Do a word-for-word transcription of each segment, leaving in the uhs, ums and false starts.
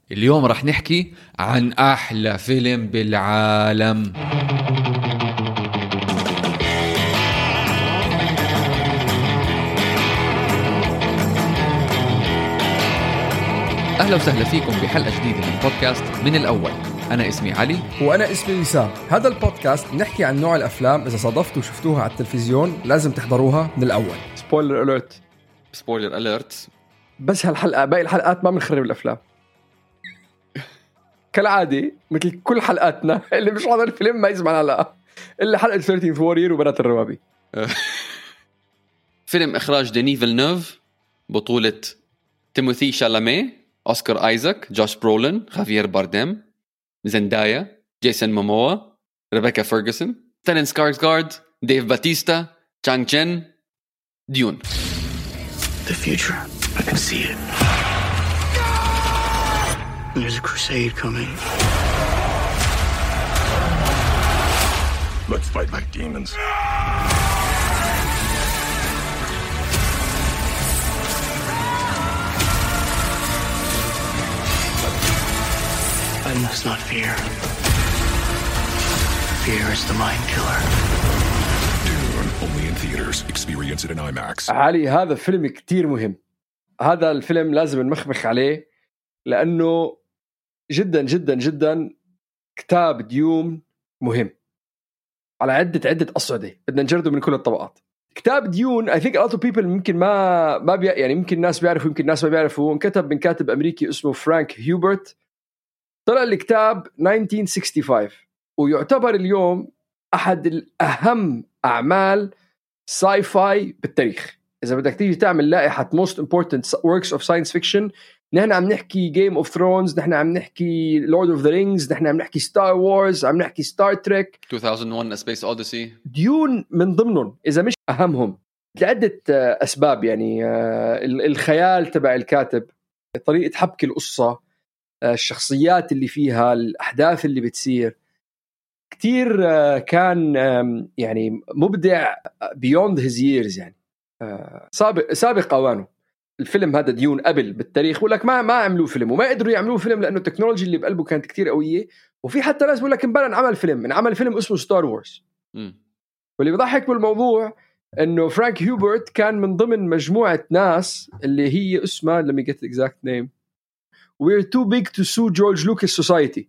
اليوم رح نحكي عن أحلى فيلم بالعالم. أهلا وسهلا فيكم بحلقة جديدة من بودكاست من الأول. أنا اسمي علي وأنا اسمي وسام. هذا البودكاست نحكي عن نوع الأفلام إذا صادفتوا وشفتوها على التلفزيون لازم تحضروها من الأول. سبويلر أليرت. سبويلر أليرت. بس هالحلقة باقي الحلقات ما بنخرب الأفلام كالعادة مثل كل حلقاتنا. اللي مش حاضر الفيلم ما يسمع الحلقة إلا حلقة ثلاثة عشر وورير وبنات الروابي. فيلم إخراج ديني فيلنوف، بطولة تيموثي شالامي، أوسكار آيزاك، جوش برولن، خافير بارديم، زندايا، جيسون موموا، ريبيكا فيرغسون، ستيلن سكارسغارد، ديف باتيستا، تشانغ تشين. ديون. The future, I can see it. There's a crusade coming. Let's fight like demons. I must not fear. Fear is the mind killer. Dune, only in theaters. Experience it in IMAX. علي هذا فيلم كتير مهم. هذا الفيلم لازم نمخمخ عليه لأنه جدا جدا جدا كتاب ديون مهم على عدة عدة أصعدة بدنا نجرده من كل الطبقات. كتاب ديون I think a lot of people ممكن ما ما بي يعني ممكن ناس بيعرفوا يمكن ناس ما بيعرفوا. انكتب من كاتب أمريكي اسمه فرانك هيوبرت. طلع الكتاب ألف وتسعمية وخمسة وستين ويعتبر اليوم أحد الأهم أعمال ساي فاي بالتاريخ. إذا بدك تيجي تعمل لائحة most important works of science fiction، نحن عم نحكي Game of Thrones، نحن عم نحكي Lord of the Rings، نحن عم نحكي Star Wars، عم نحكي Star Trek، ألفين وواحد A Space Odyssey. ديون من ضمنهم إذا مش أهمهم لعدة أسباب. يعني الخيال تبع الكاتب، طريقة حبك القصة، الشخصيات اللي فيها، الأحداث اللي بتصير، كتير كان يعني مبدع beyond his years. يعني سابق سابق أوانه. الفيلم هذا ديون قبل بالتاريخ بقول لك ما ما عملوا فيلم وما قدروا يعملوه فيلم لأنه التكنولوجيا اللي بقلبه كانت كتير قوية. وفي حتى ناس بقول لك انبنى انعمل فيلم انعمل فيلم اسمه ستار وورز. واللي بضحك بالموضوع إنه فرانك هيوبرت كان من ضمن مجموعة ناس اللي هي اسمها let me get the exact name we're too big to sue George Lucas Society.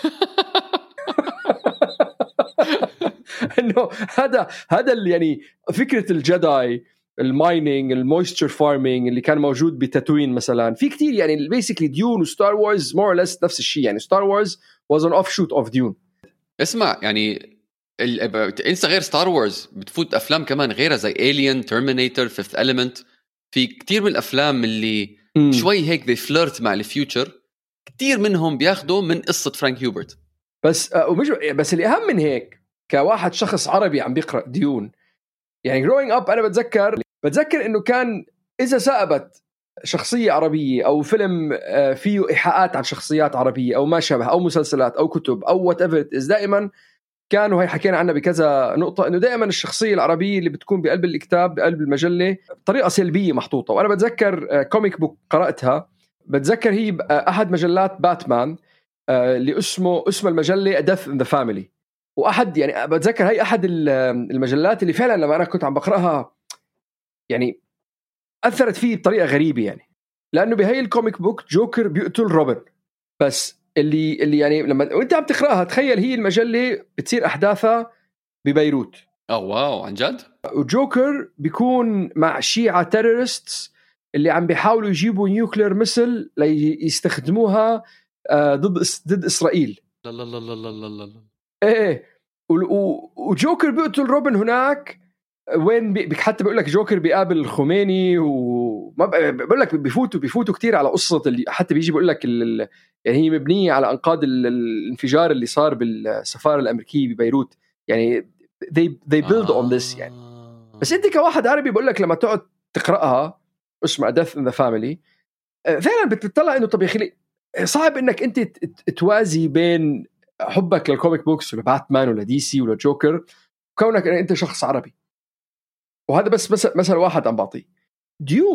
إنه هذا هذا اللي يعني فكرة الجداي، الماينينج، المويستشر فارمينج اللي كان موجود بتاتوين مثلا. في كتير يعني بيسكلي ديون وستار وورز مور لس نفس الشيء. يعني ستار وورز was an offshoot of ديون. اسمع يعني ال... انسى غير ستار وورز بتفوت أفلام كمان غيرها زي Alien, Terminator, Fifth Element. في كتير من الأفلام اللي م. شوي هيك they flirt مع الفيوتشر. كتير منهم بياخدوا من قصة فرانك هيوبرت. بس ومش بس اللي أهم من هيك كواحد شخص عربي عم بيقرأ ديون، يعني growing up أنا بتذكر بتذكر إنه كان إذا سأبت شخصية عربية أو فيلم فيه إيحاءات عن شخصيات عربية أو ما شابه أو مسلسلات أو كتب أو whatever it is، دائما كانوا هاي حكينا عنها بكذا نقطة إنه دائما الشخصية العربية اللي بتكون بقلب الكتاب بقلب المجلة بطريقة سلبية محطوطة. وأنا بتذكر كوميك بوك قرأتها، بتذكر هي أحد مجلات باتمان اللي اسمه اسم المجلة Death in the Family. وأحد يعني بتذكر هاي أحد المجلات اللي فعلا لما أنا كنت عم بقرأها يعني أثرت فيه بطريقة غريبة. يعني لأنه بهاي الكوميك بوك جوكر بيقتل روبن، بس اللي اللي يعني لما وأنت عم تقرأها تخيل هي المجلة بتصير أحداثها ببيروت. أوه واو عن جد. وجوكر بيكون مع شيعة تيرورستس اللي عم بيحاولوا يجيبوا نيوكلير مثل ليستخدموها ضد ضد إسرائيل. لا لا لا لا لا لا لا. إيه وجوكر بيقتل روبن هناك وين بي حتى بيقول لك جوكر بيقابل الخميني وما بقول لك بيفوتوا بيفوتوا كتير على قصة اللي حتى بيجي بيقول لك يعني هي مبنية على أنقاض الانفجار اللي صار بالسفارة الأمريكية ببيروت. يعني they they build on this. يعني بس أنت كواحد عربي بقول لك لما تقعد تقرأها اسمها Death in the Family فعلا بتطلع إنه طب يا أخي صعب إنك أنت توازي بين حبك للكوميك بوكس ولا باتمان ولا دي سي ولا جوكر كونك أنت شخص عربي. وهذا بس مثل مثل واحد عم بعطيه. ديون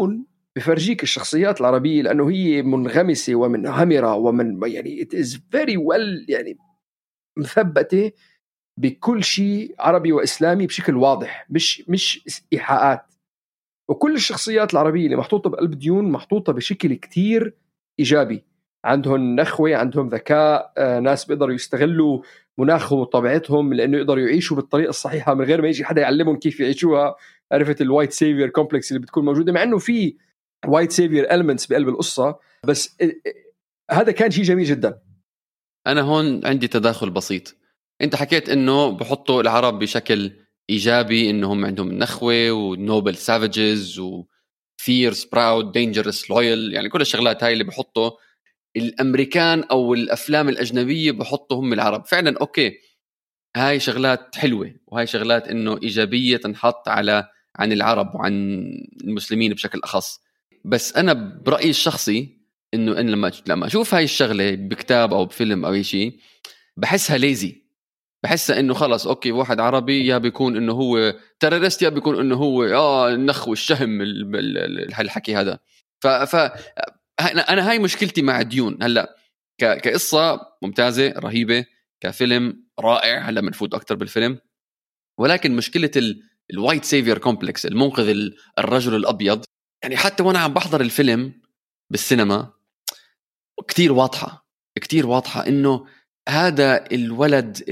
بفرجيك الشخصيات العربية لأنه هي منغمسة ومنهمرة ومن يعني it is very well يعني مثبتة بكل شيء عربي وإسلامي بشكل واضح، مش مش إيحاءات. وكل الشخصيات العربية اللي محطوطة بقلب ديون محطوطة بشكل كتير إيجابي، عندهم نخوة، عندهم ذكاء، آه، ناس بيقدروا يستغلوا مناخهم وطبيعتهم لأنه يقدروا يعيشوا بالطريقة الصحيحة من غير ما يجي حدا يعلمهم كيف يعيشوها. عرفت الوايت سيفير كومبلكس اللي بتكون موجودة، مع أنه في وايت سيفير إلمنتس بقلب القصة، بس هذا كان شيء جميل جدا. أنا هون عندي تداخل بسيط. أنت حكيت إنه بحطوا العرب بشكل إيجابي، إنهم عندهم نخوة ونوبل سافيجز وفيرس براود دينجرس لويال، يعني كل الشغلات هاي اللي بحطوا الأمريكان أو الأفلام الأجنبية بحطوا هم العرب. فعلا أوكي، هاي شغلات حلوة وهاي شغلات إنه إيجابية تنحط على عن العرب وعن المسلمين بشكل أخص. بس أنا برأيي الشخصي إنه إن لما لما أشوف هاي الشغلة بكتاب أو بفيلم أو أي شيء بحسها ليزي، بحسها إنه خلاص أوكي واحد عربي يا بيكون إنه هو تيرورست يا بيكون إنه هو آه النخو الشهم الحكي هذا. ف ف أنا هاي مشكلتي مع ديون. هلا كقصة ممتازة رهيبة، كفيلم رائع، هلا بنفوت أكتر بالفيلم، ولكن مشكلة الوايت سيفير كومبلكس، المنقذ الرجل الأبيض، يعني حتى وأنا عم بحضر الفيلم بالسينما كتير واضحة كتير واضحة إنه هذا الولد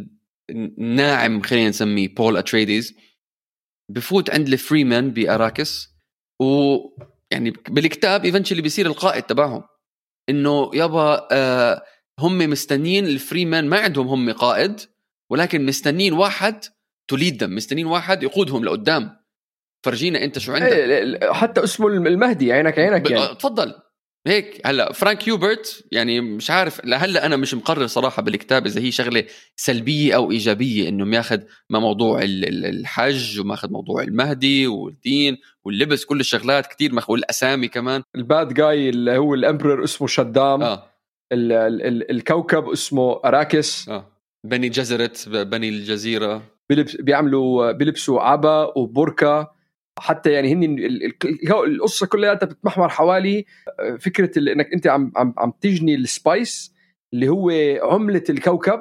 الناعم خلينا نسميه بول أتريديز بفوت عند الفريمان بأراكس، ويعني بالكتاب إيفنشلي بيصير القائد تبعهم. إنه يابا آه هم مستنين الفريمان، ما عندهم هم قائد ولكن مستنين واحد تليد دم، مستنين واحد يقودهم لقدام. فرجينا أنت شو عندك. حتى اسمه المهدي، عينك عينك يعني. تفضل هيك. هلا فرانك هيوبرت يعني مش عارف لهلا انا مش مقرر صراحه بالكتاب اذا هي شغله سلبيه او ايجابيه انه ياخذ ما موضوع الحج وما اخذ موضوع المهدي والدين واللبس، كل الشغلات كتير مخول. الاسامي كمان، الباد جاي اللي هو الامبرر اسمه شدام، آه. ال ال الكوكب اسمه اراكس، آه. بني جزرت بني الجزيره، بيلبس بيعملوا بيلبسوا عبا وبركة حتى. يعني هن القصة كلها بتتمحور حوالي فكرة انك انت عم عم عم تجني السبايس اللي هو عملة الكوكب،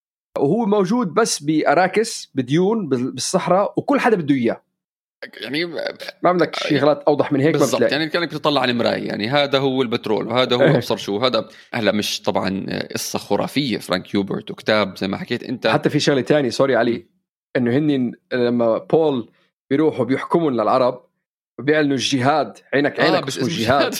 وهو موجود بس بأراكس بديون بالصحراء، وكل حدا بده اياه. يعني ما عندك شغلات اوضح من هيك بالضبط. يعني كانك تطلع على المراية، يعني هذا هو البترول وهذا هو ابصر شو هذا. هلا مش طبعا قصة خرافية فرانك هيوبرت وكتاب زي ما حكيت انت. حتى في شغلة تاني سوري علي، انه هن لما بول بيروحوا بيحكموا للعرب وبيعلنوا الجهاد، عينك عينك آه اسمه الجهاد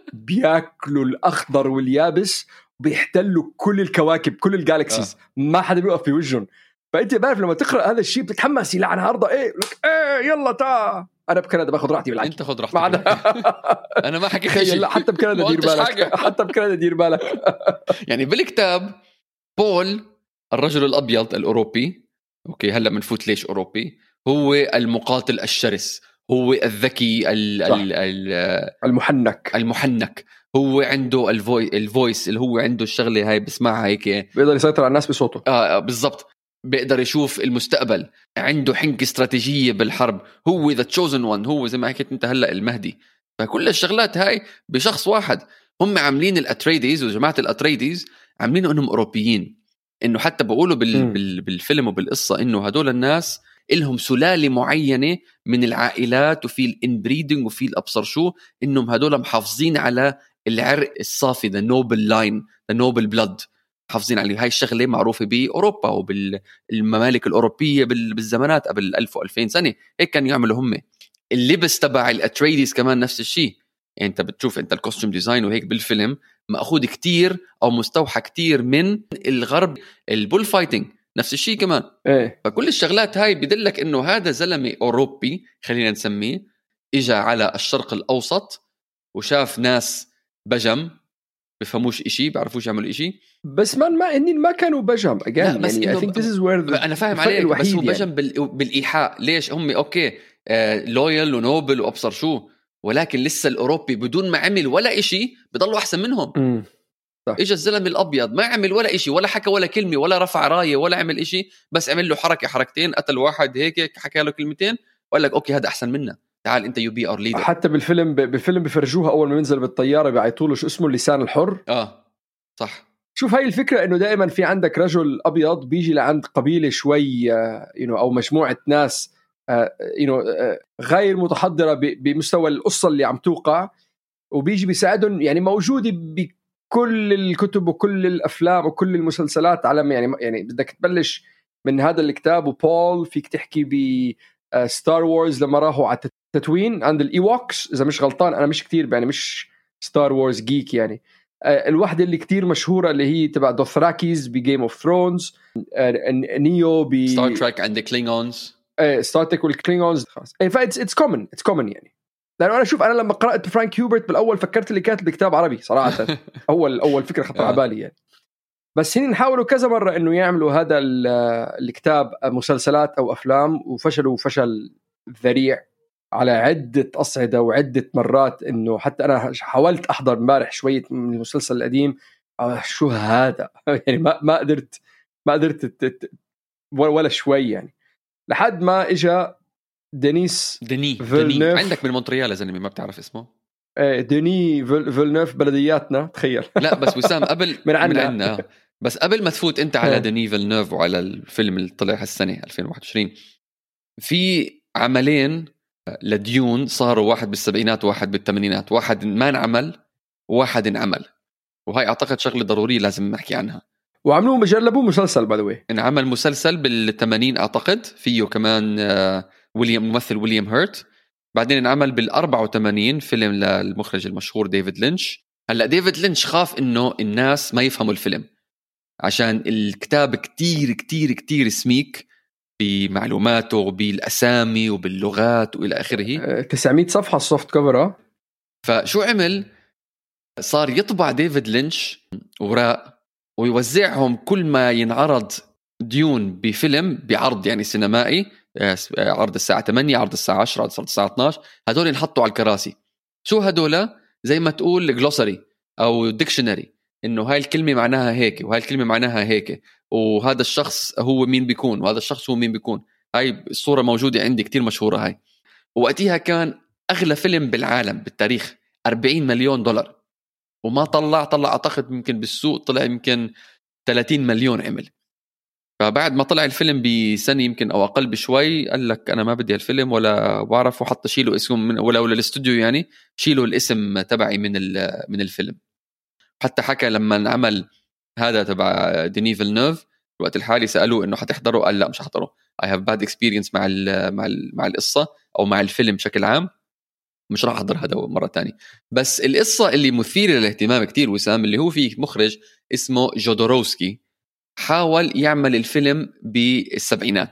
بياكلوا الأخضر واليابس وبيحتلوا كل الكواكب كل الجالكسيز. آه. ما حدا بيوقف بوجهن. فأنت بعرف لما تقرأ هذا الشيء بتتحمس يلعن عرضه ايه لك ايه يلا تا. أنا بكندا باخذ راحتي بالعكس. أنت خذ راحتك. أنا ما حكيت شيء. حتى بكندا دير بالك. حتى بكندا دير بالك. يعني بالكتاب بول الرجل الأبيض الأوروبي، أوكي هلا بنفوت ليش أوروبي، هو المقاتل الشرس، هو الذكي ال ال ال المحنك المحنك هو عنده الفوي الفويس اللي هو عنده الشغله هاي بسمعها هيك، بيقدر يسيطر على الناس بصوته. اه بالضبط، بيقدر يشوف المستقبل، عنده حنكة استراتيجية بالحرب، هو ذا تشوزن وان، هو زي ما حكيت انت هلا المهدي. فكل الشغلات هاي بشخص واحد. هم عاملين الاتريديز وجماعة الاتريديز عاملين انهم اوروبيين، انه حتى بقولوا بال بال بالفيلم وبالقصة انه هدول الناس إلهم سلالة معينة من العائلات وفي الانبريدنج وفي الأبصر شو، إنهم هدول محافظين على العرق الصافي، the noble line the noble blood، محافظين عليه. هاي الشغلة معروفة بأوروبا وبالممالك الأوروبية بالزمانات قبل ألف وألفين سنة، هيك كانوا يعملوا هم. اللبس تبع الأتريديز كمان نفس الشيء. يعني أنت بتشوف أنت الكوستيوم ديزاين وهيك بالفيلم مأخوذ كتير أو مستوحى كتير من الغرب. البول فايتنج نفس الشيء كمان. إيه. فكل الشغلات هاي بدلك انه هذا زلمه اوروبي خلينا نسميه، اجى على الشرق الاوسط وشاف ناس بجم بفهموش إشي، بعرفوش يعملوا إشي. بس ما ما إني ما كانوا بجم يعني. I think this is where أنا فاهم عليك، بس هو بجم يعني. بالإيحاء. ليش هم أوكي آه لويال ونوبل وأبصر شو، ولكن لسه الأوروبي بدون ما عمل ولا إشي بضلوا أحسن منهم. م. إجا الزلم الأبيض ما عمل ولا إشي، ولا حكى ولا كلمة، ولا رفع راية، ولا عمل إشي، بس عمل له حركة حركتين، قتل واحد هيك حكى له كلمتين وقال لك أوكي هذا أحسن منا، تعال انت يو بي اور ليدر. حتى بالفيلم بالفيلم بفرجوها اول ما ينزل بالطياره بيعيطوا له شو اسمه اللسان الحر. اه صح. شوف هاي الفكره انه دائما في عندك رجل ابيض بيجي لعند قبيله شوي يو او مجموعه ناس يو غير متحضره بمستوى القصه اللي عم توقع, وبيجي بيساعدهم. يعني موجوده بكل الكتب وكل الافلام وكل المسلسلات على يعني يعني بدك تبلش من هذا الكتاب. وبول فيك تحكي ب ستار وورز لما راحوا على تتوين عند الايوكس اذا مش غلطان, انا مش كتير يعني مش ستار وورز جيك يعني. الوحده اللي كتير مشهوره اللي هي تبع دوثراكيز بجيم اوف ثرونز, نيو ب ستار تريك عند كلينغونز, ستار تريك والكلينغونز خلاص. فايتس اتس كومن اتس كومن يعني. لانه انا شوف انا لما قرات فرانك هيوبرت بالاول فكرت اللي كاتب كتاب عربي صراحه. اول اول فكره خطر على بالي يعني. بس هن حاولوا كذا مره انه يعملوا هذا الكتاب مسلسلات او افلام, وفشلوا فشل ذريع على عدة أصعدة وعدة مرات. إنه حتى أنا حاولت أحضر امبارح شوية من المسلسل القديم, آه شو هذا يعني ما ما قدرت ما قدرت ولا شوي يعني, لحد ما إجا دينيس دني دني عندك من مونتريال يا زلمة ما بتعرف اسمه. ايه ديني فيلنيف بلدياتنا تخيل. لا بس وسام قبل من عنا, من عنا. بس قبل ما تفوت أنت على ديني فيلنيف وعلى الفيلم اللي طلع هالسنة ألفين وواحد وعشرين, في عملين لديون صاروا, واحد بالسبعينات وواحد بالثمانينات, واحد ما انعمل وواحد انعمل, وهي أعتقد شغلة ضرورية لازم نحكي عنها. وعملوه مجربوه مسلسل باي ذا واي, انعمل مسلسل بالثمانين أعتقد, فيه كمان ويليام ممثل ويليام هيرت. بعدين انعمل بالأربعة وثمانين فيلم للمخرج المشهور ديفيد لينش. هلأ ديفيد لينش خاف إنه الناس ما يفهموا الفيلم عشان الكتاب كتير كتير كتير سميك بمعلوماته وبالأسامي وباللغات وإلى آخره. تسعمية صفحة السوفت كفر. فشو عمل؟ صار يطبع ديفيد لينش وراء ويوزعهم كل ما ينعرض ديون بفيلم بعرض يعني سينمائي, عرض الساعة ثمانية, عرض الساعة عشرة, عرض الساعة اثنا عشر, هدول ينحطوا على الكراسي. شو هدول؟ زي ما تقول جلوسري أو ديكشنري, إنه هاي الكلمة معناها هيك وهاي الكلمة معناها هيك, وهذا الشخص هو مين بيكون وهذا الشخص هو مين بيكون. هاي الصورة موجودة عندي كتير مشهورة هاي. ووقتها كان أغلى فيلم بالعالم بالتاريخ أربعين مليون دولار, وما طلع طلع أعتقد يمكن بالسوق طلع يمكن ثلاثين مليون عمل. فبعد ما طلع الفيلم بسنة يمكن أو أقل بشوي قال لك أنا ما بدي الفيلم ولا بعرف, وحط شيله اسم من ولا ولا الاستوديو يعني شيلوا الاسم تبعي من من الفيلم. حتى حكى لما عمل هذا تبع ديني فيلنيف الوقت الحالي سألوه إنه حتحضره, قال لا مش حضره. I have bad experience مع ال مع ال مع القصة أو مع الفيلم بشكل عام, مش راح أحضر هذا مرة تانية. بس القصة اللي مثيرة للاهتمام كتير وسام, اللي هو فيه مخرج اسمه جودوروسكي, حاول يعمل الفيلم بالسبعينات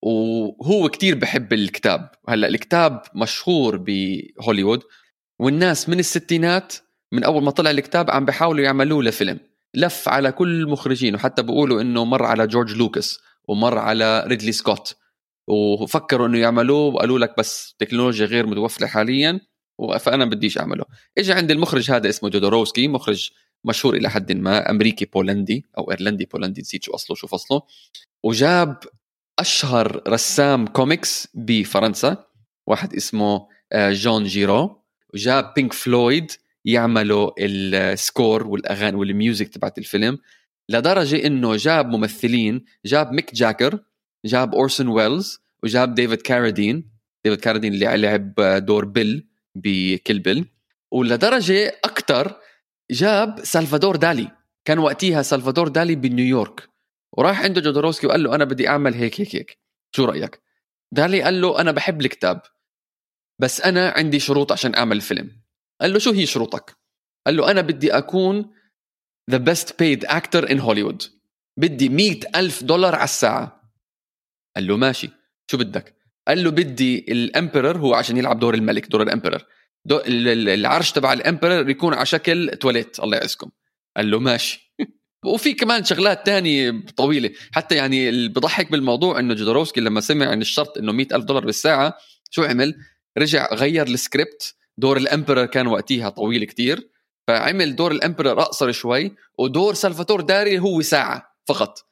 وهو كتير بحب الكتاب. هلأ الكتاب مشهور بهوليوود, والناس من الستينات من أول ما طلع الكتاب عم بيحاولوا يعملوه لفيلم, لف على كل المخرجين, وحتى بيقولوا إنه مر على جورج لوكاس ومر على ريدلي سكوت, وفكروا إنه يعملوه وقالوا لك بس تكنولوجيا غير متوفرة حاليا, فأنا بديش أعمله. إجا عند المخرج هذا اسمه جودوروسكي, مخرج مشهور إلى حد ما, أمريكي بولندي أو إيرلندي بولندي, نسيت شو أصله شو فصله. وجاب أشهر رسام كوميكس بفرنسا, واحد اسمه جون جيرو, وجاب بينك فلويد يعملوا السكور والأغاني والميوزك تبعت الفيلم, لدرجة إنه جاب ممثلين, جاب ميك جاكر, جاب أورسون ويلز, وجاب ديفيد كاردين ديفيد كاردين اللي لعب دور بيل بكل بيل. ولدرجة أكتر جاب سلفادور دالي, كان وقتها سلفادور دالي بنيويورك, وراح عنده جودوروسكي وقال له أنا بدي أعمل هيك هيك هيك, شو رأيك؟ دالي قال له أنا بحب الكتاب بس أنا عندي شروط عشان أعمل الفيلم. قال له شو هي شروطك؟ قال له أنا بدي أكون the best paid actor in Hollywood, بدي مئة ألف دولار على الساعة. قال له ماشي, شو بدك؟ قال له بدي الامبرر, هو عشان يلعب دور الملك, دور الامبرر, دو العرش تبع الامبرر يكون على شكل تواليت, الله يعزكم. قال له ماشي. وفي كمان شغلات تانية طويلة. حتى يعني اللي بضحك بالموضوع إنه جودوروسكي لما سمع عن الشرط إنه مئة ألف دولار بالساعة, شو عمل؟ رجع غير السكريبت. دور الامبرر كان وقتها طويل كتير, فعمل دور الامبرر أقصر شوي, ودور سلفاتور داري هو ساعة فقط.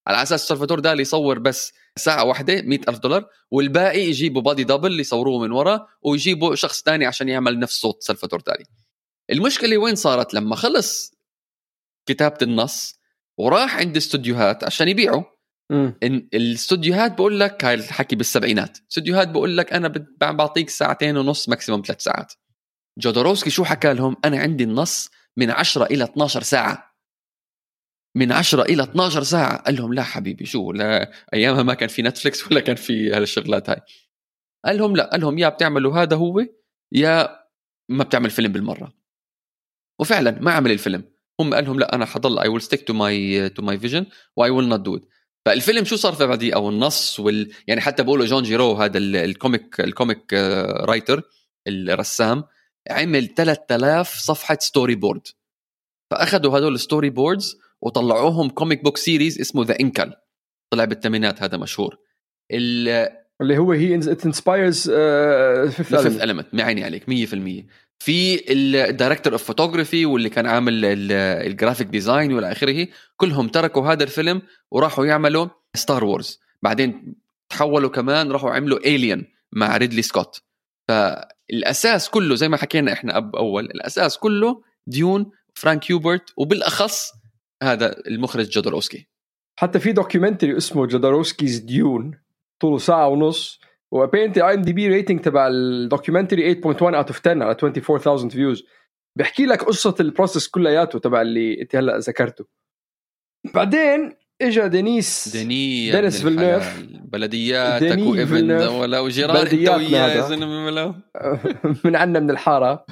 على اساس سلفادور دالي يصور بس ساعه واحده مئة ألف دولار، والباقي يجيبوا بادي دبل يصوروه من ورا ويجيبوا شخص تاني عشان يعمل نفس صوت سلفادور دالي. المشكله وين صارت؟ لما خلص كتابه النص وراح عند استوديوهات عشان يبيعوا. مم. إن الاستوديوهات بقول لك هاي الحكي بالسبعينات، استوديوهات بقول لك انا بعطيك ساعتين ونص ماكسيموم ثلاث ساعات. جودوروسكي شو حكى لهم؟ انا عندي النص من عشرة الى اثناشر ساعه، من عشرة الى اثناشر ساعه. قال لهم لا حبيبي، شو لا ايامها ما كان في نتفليكس ولا كان في هالشغلات هاي. قال لهم لا، قال لهم يا بتعملوا هذا هو يا ما بتعمل فيلم بالمره. وفعلا ما عمل الفيلم. هم قال لهم لا انا حضل I will stick to my to my vision و I will not do it. فالفيلم شو صار في بعديه او النص وال... يعني حتى بقوله جون جيرو هذا الكوميك الكوميك رايتر الرسام عمل ثلاثة آلاف صفحه ستوري بورد. فاخذوا هذول الستوري بوردز وطلعوهم كوميك بوك سيريز اسمه ذا انكل، طلع بالثمانينات، هذا مشهور. اللي هو هي ات انسبايرز فيفث إليمنت. ما عيني عليك مية بالمية. في الدايركتور اوف فوتوغرافي واللي كان عامل الجرافيك ديزاين والى اخره، كلهم تركوا هذا الفيلم وراحوا يعملوا ستار وورز. بعدين تحولوا كمان راحوا عملوا إيليان مع ريدلي سكوت. فالاساس كله زي ما حكينا احنا اب اول، الاساس كله ديون، فرانك هيوبرت، وبالاخص هذا المخرج جودوروسكي. حتى في دوكيومنتري اسمه جودوروسكيز ديون طوله ساعه ونص، وابينتي اي ام دي بي ريتنج تبع الدوكيومنتري ثمانية فاصلة واحد اوت اوف عشرة على أربعة وعشرين ألف فيوز. بيحكي لك قصه البروسيس كلياته تبع اللي انت هلا ذكرته. بعدين اجى دينيس ديني دينيس فيلنيف، بلدياتك وابن ولا وجيران انت وياه زلمه من عنا من الحاره،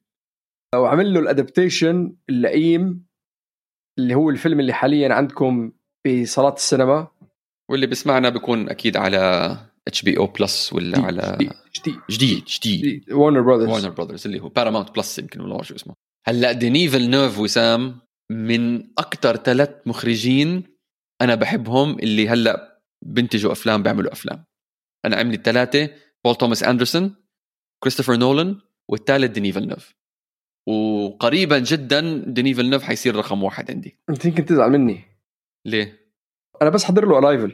وعمل له الادابتيشن اللئيم اللي هو الفيلم اللي حاليا عندكم بصالات السينما، واللي بسمعنا بيكون اكيد على اتش بي او بلس ولا جديد على جديد جديد جديد وارنر براذرز وارنر براذرز اللي هو باراماونت بلس يمكن ولا شو اسمه. هلا ديني فيلنيف وسام من اكثر ثلاث مخرجين انا بحبهم اللي هلا بنتجوا افلام بيعملوا افلام. انا عملي الثلاثه، بول توماس اندرسون، كريستوفر نولان، والثالث ديني فيلنيف. وقريبا جدا ديني فيلنيف حيصير رقم واحد عندي. انت يمكن تزعل مني. ليه؟ انا بس حضر له ارايفل.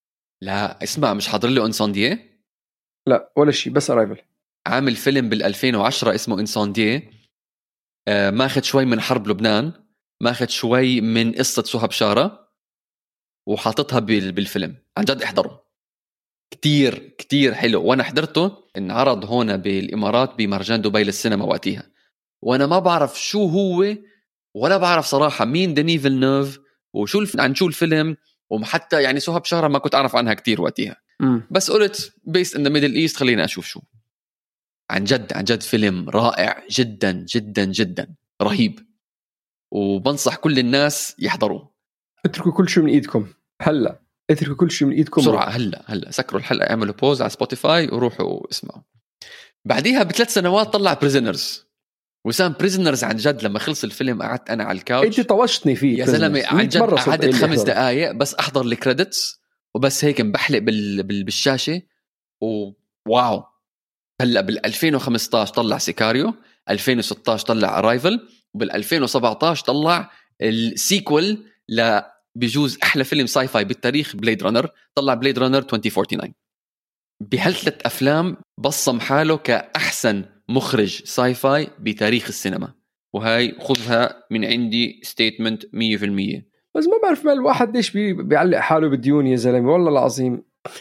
لا اسمع، مش حاضر له انسانديه؟ لا ولا شيء، بس ارايفل. عامل فيلم بال2010 اسمه انسانديه، آه ماخذ شوي من حرب لبنان، ماخذ شوي من قصة سهى بشارة وحاططها بالفيلم. عن جد احضره، كتير كتير حلو. وانا حضرته انعرض هنا بالامارات بمهرجان دبي للسينما وقتها، وانا ما بعرف شو هو ولا بعرف صراحة مين ديني فيلنيف وشو الف... عن شو الفيلم، وحتى يعني سهى بشارة ما كنت أعرف عنها كتير وقتها. م. بس قلت بيست ان ذا ميدل ايست خلينا اشوف شو. عن جد عن جد فيلم رائع جدا جدا جدا رهيب، وبنصح كل الناس يحضروه. اتركوا كل شيء من ايدكم هلا، اتركوا كل شيء من ايدكم بسرعة هلا هلا سكروا الحلقة، اعملوا بوز على سبوتيفاي وروحوا اسمعوا. بعديها بثلاث سنوات طلع بريزنرز. وسام بريزنرز عن جد لما خلص الفيلم قعدت انا على الكاوتش. انت طوشتني فيه يا زلمه، عن جد قعدت خمس دقائق بس احضر الكريدتس وبس هيك بحلق بال... بال... بالشاشه. وواو. هلا بال2015 طلع سيكاريو، ألفين وستة عشر طلع ارايفل، وبال2017 طلع السيكول ل بجوز احلى فيلم ساي فاي بالتاريخ بليد رانر، طلع بليد رانر ألفين وتسعة وأربعين. بهالثلاث افلام بصم حاله كاحسن مخرج ساي فاي بتاريخ السينما، وهاي خذها من عندي ستيتمنت مية بالمية. بس ما بعرف ما الواحد ليش بي بيعلق حاله بالديون يا زلمه، والله العظيم.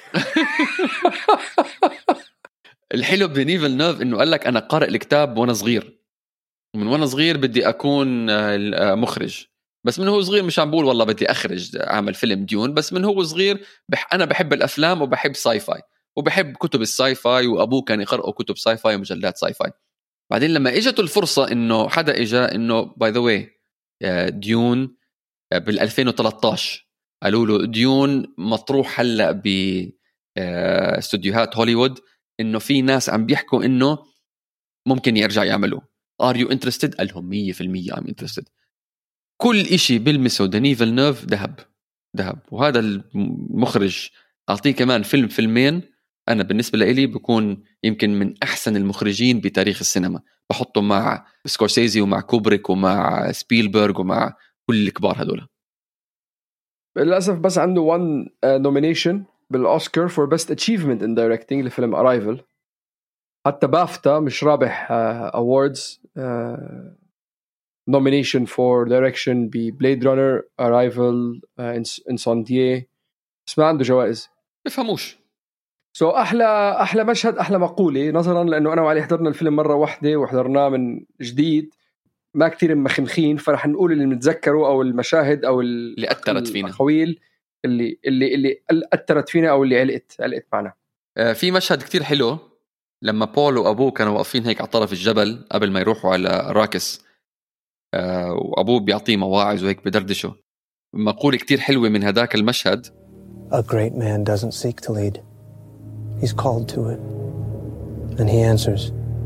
الحلو بني فيلنيف انه قال لك انا قارئ الكتاب وانا صغير، ومن وانا صغير بدي اكون مخرج. بس من هو صغير مش عم بقول والله بدي اخرج اعمل فيلم ديون، بس من هو صغير بح انا بحب الافلام وبحب ساي فاي وبحب كتب الساي فاي، وابوه كان يقرأ كتب ساي فاي ومجلات ساي فاي. بعدين لما اجته الفرصه انه حدا اجا انه باي ذا واي ديون بال2013 قالوا له ديون مطروح هلا باستوديوهات هوليوود، انه في ناس عم بيحكوا انه ممكن يرجع يعملوا ار يو انترستد. قال لهم مية بالمية ام انترستد. كل إشي بلمسه ديني فيلنيف ذهب ذهب. وهذا المخرج اعطيه كمان فيلم فيلمين، انا بالنسبه لي بكون يمكن من احسن المخرجين بتاريخ السينما. بحطه مع سكورسيزي ومع كوبريك ومع سبيلبرغ ومع كل الكبار هذول. للأسف بس عنده one uh, nomination بالأوسكار for best achievement in directing لفيلم Arrival. حتى بافتا مش رابح uh, awards uh, nomination for direction ب Blade Runner, Arrival, uh, Incendies, بس ما عنده جوائز. بفهموش. سو so أحلى أحلى مشهد أحلى مقولة نظرا لأنه أنا وعلي حضرنا الفيلم مرة واحدة وحضرناه من جديد ما كتير مخمخين فرح نقول اللي نتذكره أو المشاهد أو اللي أثرت فينا الأقاويل اللي اللي اللي أثرت فينا أو اللي علقت علقت معنا. آه في مشهد كتير حلو لما بول وأبوه كانوا واقفين هيك على طرف الجبل قبل ما يروحوا على راكس آه وأبوه بيعطيه مواعظ وهيك بدردشه. مقولة كتير حلوة من هداك المشهد. A great man doesn't seek to lead. He's called to it. And he answers.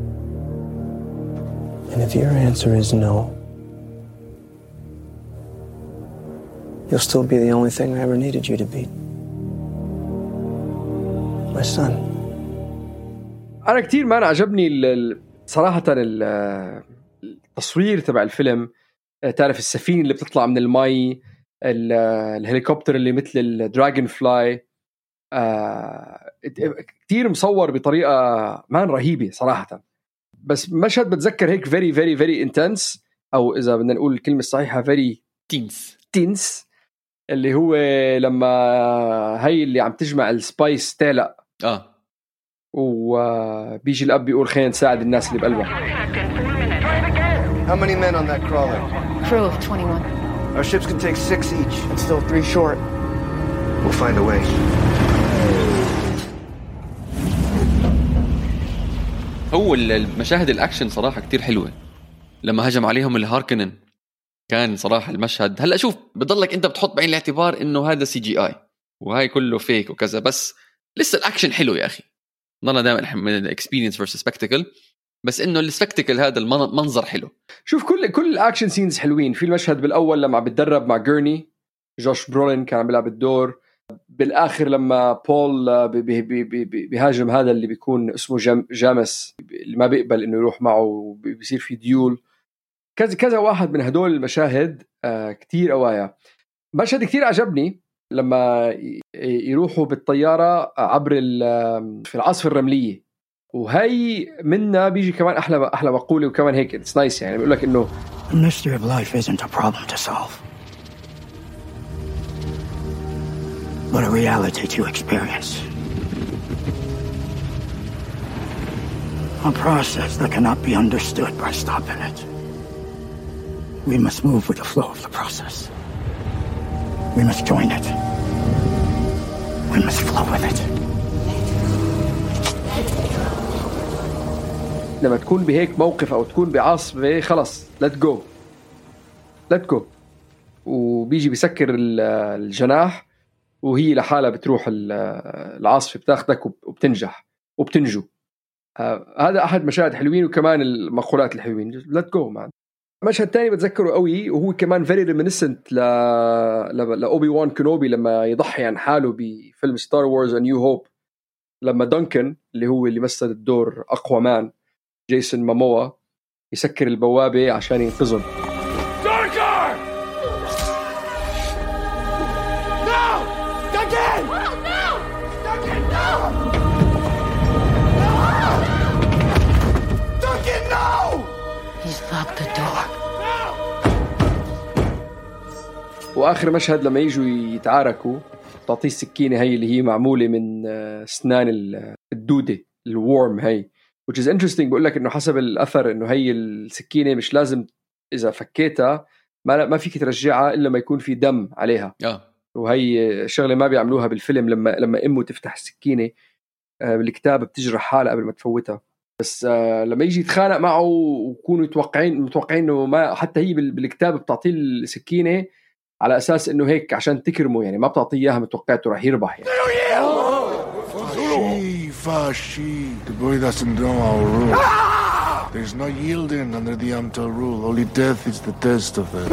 And if your answer is no, you'll still be the only thing I ever needed you to be. My son. أنا كتير ما أنا عجبني صراحة التصوير تبع الفيلم. تعرف السفينة اللي بتطلع من الماء, الهليكوبتر اللي مثل الدراجون فلاي, آه كتير مصور بطريقة مان رهيبة صراحة. بس مشهد بتذكر هيك very very very intense, أو إذا بدنا نقول الكلمة الصحيحة very tense tense, اللي هو لما هاي اللي عم تجمع السبايس تعلق آه وبيجي الأب بيقول خلينا نساعد الناس اللي بقلبها. How many men on that crawler? Crew of twenty-one. Our ships can take six each. It's still three short. We'll find a way. هو المشاهد الأكشن صراحة كتير حلوة. لما هجم عليهم الهاركنن كان صراحة المشهد, هلأ شوف بضلك أنت بتحط بعين الاعتبار إنه هذا سي جي آي وهاي كله فيك وكذا, بس لسه الأكشن حلو يا أخي. ضلنا دائما من experience versus spectacle, بس إنه السبكتكل هذا المنظر حلو. شوف كل كل الأكشن سينز حلوين. في المشهد بالأول لما عم بتدرب مع جيرني, جوش برولين كان عم بيلعب الدور. بالآخر لما بول بيهاجم هذا اللي بيكون اسمه جام جامس اللي ما بيقبل إنه يروح معه وبيصير في ديول. كذا كذا واحد من هدول المشاهد آه كتير قوايا. مشهد كتير عجبني لما يروحوا بالطيارة عبر في العاصفة الرملية, وهي منا بيجي كمان أحلى أحلى مقولة وكمان هيك it's nice. يعني بيقول لك إنه The mystery of life isn't a problem to solve, but a reality to experience. A process that cannot be understood by stopping it. We must move with the flow of the process. We must join it. We must flow with it. لما تكون بهيك موقف أو تكون بعاصفة خلص let go let go, وبيجي بيسكر الجناح وهي لحالها بتروح العاصفة بتاخدك وبتنجح وبتنجو. هذا أحد مشاهد حلوين, وكمان المقولات الحلوين let go man. مشهد تاني بتذكره قوي وهو كمان very reminiscent ل لأوبي وان كنوبي لما يضحي عن حاله بفيلم ستار وورز A New Hope, لما دانكن اللي هو اللي مثل الدور أقوى مان جيسون ماموا يسكر البوابة عشان ينقذهم. Darker! No! Duncan! Oh, no! Duncan, no! No! Duncan, no! He's locked the door. وآخر مشهد لما يجوا يتعاركوا تعطيه السكينة هاي اللي هي معمولة من أسنان الدودة الورم هاي, which is interesting. بقول لك إنه حسب الأثر إنه هاي السكينة مش لازم إذا فكيتها ما ما فيك ترجعها إلا ما يكون في دم عليها. آه. وهي شغلة ما بيعملوها بالفيلم لما لما أمه تفتح السكينة بالكتاب بتجرح حالها قبل ما تفوتها. بس لما يجي يتخانق معه ويكونوا متوقعين متوقعين إنه ما حتى هي بالكتاب بتعطيه السكينة على أساس إنه هيك عشان تكرمه, يعني ما بتعطيه إياها متوقعته راح يربح يعني. Fashi, Fashi. The boy doesn't know our rule. There's no yielding under the Amtal rule. Only death is the test of it.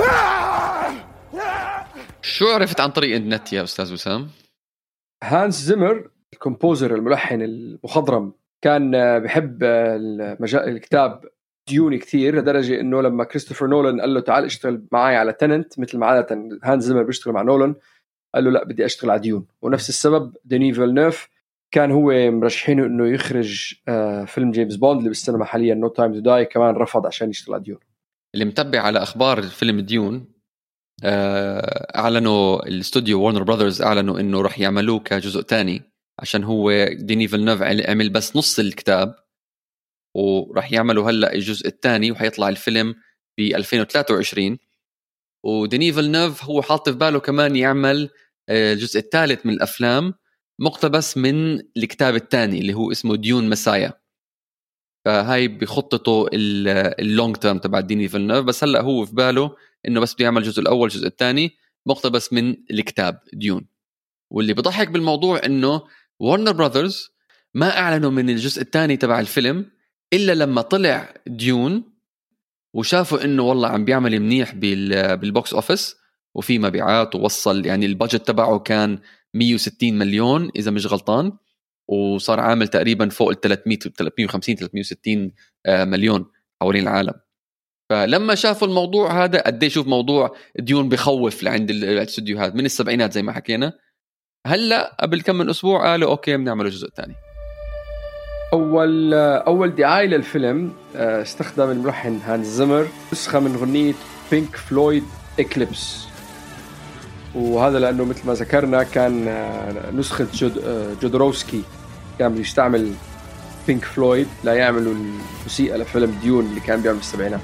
شو عرفت عن طريق النت يا أستاذ وسام؟ هانس زيمر الكومبوزر الملحن المخضرم كان بحب المجال الكتاب ديون كثير لدرجة إنه لما كريستوفر نولان قال له تعال اشتغل معي على تننت مثل ما عادة هانس زيمر بيشتغل مع نولان, قال له لا بدي أشتغل على ديون. ونفس السبب ديني فيلنوف كان هو مرشحينه إنه يخرج آه فيلم جيمس بوند اللي بالسينما حاليا No Time to Die، كمان رفض عشان يشتغل على ديون. اللي متبع على أخبار فيلم ديون آه أعلنوا الاستوديو وارنر براذرز أعلنوا إنه رح يعملوه كجزء تاني، عشان هو ديني فيلنوف عمل بس نص الكتاب ورح يعملوا هلأ الجزء الثاني وحيطلع الفيلم ب ألفين وثلاثة وعشرين. وديني فيلنوف هو حاط في باله كمان يعمل الجزء الثالث من الأفلام مقتبس من الكتاب الثاني اللي هو اسمه ديون مسايا. فهاي بخطته اللونج تيرم تبع ديني فيلنوف، بس هلأ هو في باله إنه بس بده يعمل الجزء الأول الجزء الثاني مقتبس من الكتاب ديون. واللي بضحك بالموضوع إنه وارنر براذرز ما أعلنوا من الجزء الثاني تبع الفيلم إلا لما طلع ديون وشافوا إنه والله عم بيعمل منيح بالبوكس أوفيس وفي مبيعات، ووصل يعني البادجت تبعه كان مية وستين مليون إذا مش غلطان، وصار عامل تقريبا فوق ال ثلاثمية ثلاثمية وخمسين ثلاثمية وستين مليون حوالين العالم. فلما شافوا الموضوع هذا قد ايه شوف موضوع ديون بخوف لعند الاستوديوهات من السبعينات زي ما حكينا، هلا قبل كم من اسبوع قالوا اوكي بنعمل الجزء الثاني. اول اول دعايه للفيلم استخدم الملحن هانز زيمر نسخه من اغنيه بينك فلويد إكليبس، وهذا لانه مثل ما ذكرنا كان نسخه جود جودروفسكي كان بيستعمل بينك فلويد لا يعملوا الموسيقى لفيلم ديون اللي كان بيعمل بالسبعينات.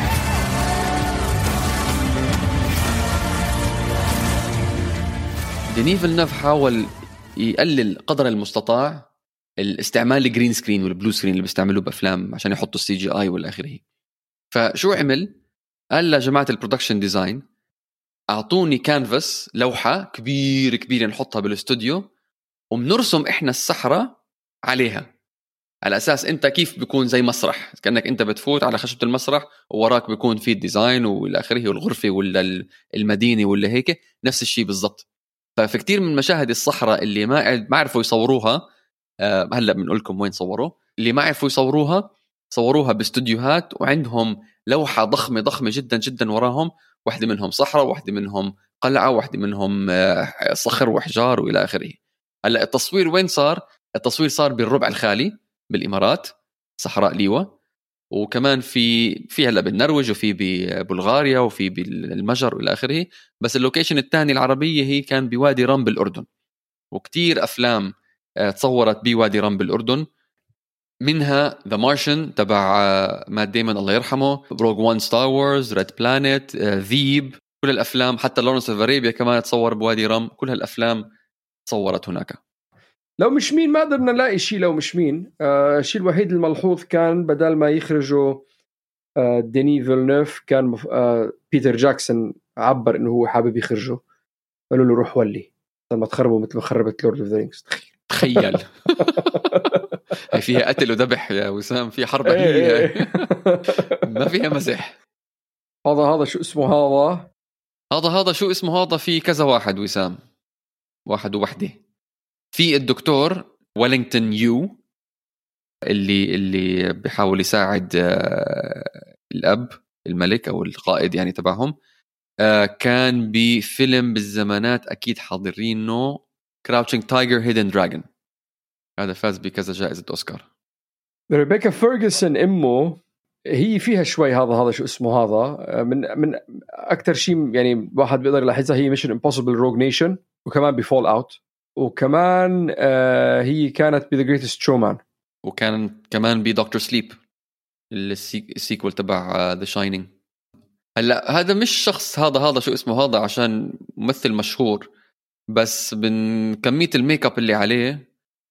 ديني فيلنوف حاول يقلل قدر المستطاع الاستعمال الجرين سكرين والبلو سكرين اللي بيستعملوه بأفلام عشان يحطوا السي جي آي والآخره. فشو عمل؟ قال لجماعة البرودكشن ديزاين أعطوني كانفاس لوحة كبير كبيرة نحطها بالاستوديو ومنرسم إحنا الصحراء عليها، على أساس أنت كيف بيكون زي مسرح، كأنك أنت بتفوت على خشبة المسرح ووراك بيكون في الديزاين والآخره والغرفة ولا المدينة ولا هيك، نفس الشيء بالضبط. ففي كتير من مشاهد الصحراء اللي ما ما عرفوا يصوروها أه هلأ بنقول لكم وين صوروا، اللي ما عرفوا يصوروها صوروها باستوديوهات وعندهم لوحة ضخمة ضخمة جدا جدا وراهم، واحدة منهم صحراء واحدة منهم قلعة واحدة منهم صخر وحجار وإلى آخره. هلأ التصوير وين صار؟ التصوير صار بالربع الخالي بالإمارات صحراء ليوة، وكمان في في هلا بالنرويج وفي ببلغاريا وفي بالمجر والى اخره. بس اللوكيشن الثاني العربيه هي كان بوادي رم بالاردن، وكتير افلام تصورت بوادي رم بالاردن، منها ذا مارشن تبع مات ديمون الله يرحمه، روج وان، ستار وورز، ريد بلانيت، ذيب، كل الافلام، حتى لورنس اوف ارابيا كمان تصور بوادي رم، كل هالافلام تصورت هناك. لو مش مين ما قدرنا نلاقي شيء. لو مش مين آه الشيء الوحيد الملحوظ كان بدل ما يخرجوا آه ديني فيلنوف كان مف... آه بيتر جاكسون عبر انه هو حابب يخرجه، قالوا له روح ولي لما تخربوا مثل ما خربت لورد اوف ذا رينجز. تخيل هي فيها قتل وذبح يا وسام، في حرب هي ما فيها مزح. هذا هذا شو اسمه هذا هذا هذا شو اسمه هذا في كذا واحد وسام، واحد ووحده. في الدكتور ويلينغتون يو اللي اللي بيحاول يساعد الأب الملك أو القائد يعني تبعهم، كان بفيلم بالزمانات أكيد حاضرينه، Crouching Tiger Hidden Dragon، هذا فاز بكذا جائزة أوسكار. ريبيكا فيرغسون أمه هي فيها شوي هذا هذا شو اسمه هذا من من أكتر شيء يعني واحد بيقدر يلاحظها هي Mission Impossible Rogue Nation، وكمان بفول أوت، وكمان آه هي كانت ب The Greatest Showman، وكان كمان ب Doctor Sleep السيكول تبع The Shining. هلا هذا مش شخص هذا هذا شو اسمه هذا عشان ممثل مشهور، بس من كمية الميك اب اللي عليه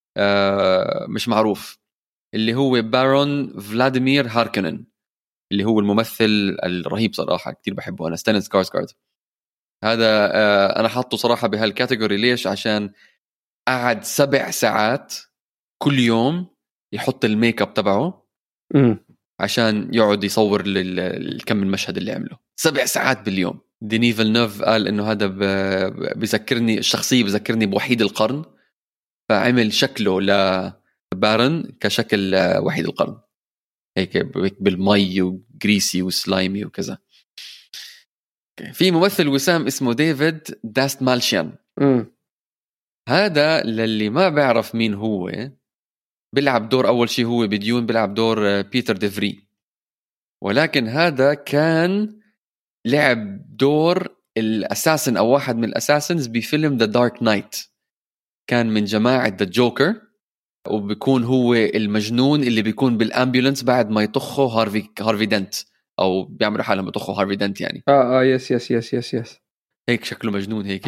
آه مش معروف، اللي هو بارون فلاديمير هاركونن، اللي هو الممثل الرهيب صراحة، كتير بحبه أنا، ستانن سكارسغارد. هذا آه أنا حاطه صراحة بهالكاتيجوري. ليش؟ عشان قعد سبع ساعات كل يوم يحط الميك اب تبعه م. عشان يقعد يصور الكم المشهد اللي عمله، سبع ساعات باليوم. ديني فيلنوف قال إنه هذا بذكرني الشخصية بذكرني بوحيد القرن، فعمل شكله لبارن كشكل وحيد القرن، هيك بالمي وجريسي وسلايمي وكذا. في ممثل وسام اسمه ديفيد داست مالشيان، امم هذا للي ما بيعرف مين هو، بيلعب دور أول شيء هو بديون بيلعب دور بيتر ديفري، ولكن هذا كان لعب دور الأساسن أو واحد من الأساسنز بفيلم The Dark Knight، كان من جماعة The Joker، وبيكون هو المجنون اللي بيكون بالأمبولانس بعد ما يطخه هارفي هارفي دنت، أو بيعملوا حالهم يطخه هارفي دنت يعني. اه اه يس يس يس يس يس هيك شكله مجنون هيك.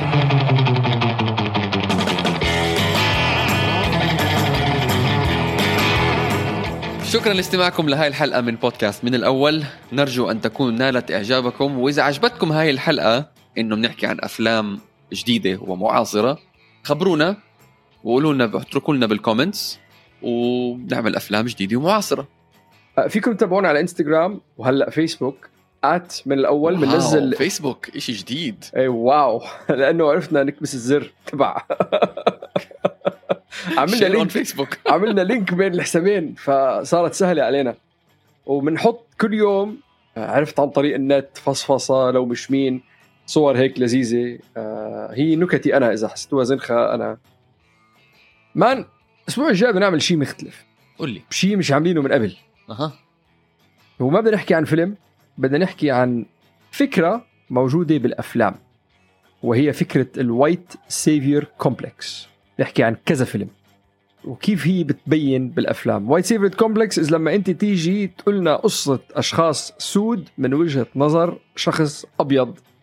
شكرا لاستماعكم لهاي الحلقة من بودكاست من الأول، نرجو أن تكون نالت إعجابكم، وإذا عجبتكم هاي الحلقة إنه بنحكي عن أفلام جديدة ومعاصرة خبرونا وقولوا لنا، اتركوا لنا بالكومنتس ونعمل أفلام جديدة ومعاصرة. فيكم تتابعونا على انستغرام وهلأ فيسبوك آت من الأول بننزل فيسبوك إشي جديد. اي واو لأنه عرفنا نكبس الزر تبع عملنا لينك فيسبوك عملنا لينك بين الحسابين فصارت سهلة علينا، وبنحط كل يوم عرفت عن طريق النت فصفصة لو مش مين صور هيك لذيذة. آه هي نكتي أنا إذا حسيتوها زنخة أنا مان. الأسبوع الجاي بدنا نعمل شيء مختلف، قل لي شيء مش عاملينه من قبل. أها وما بدنا نحكي عن فيلم، بدنا نحكي عن فكرة موجودة بالأفلام، وهي فكرة الوايت سيفير كومبلكس. نحكي عن كذا فيلم وكيف هي بتبين بالأفلام. وايت سيفير كومبلكس إذا لما أنت تيجي تقولنا قصة أشخاص سود من وجهة نظر شخص أبيض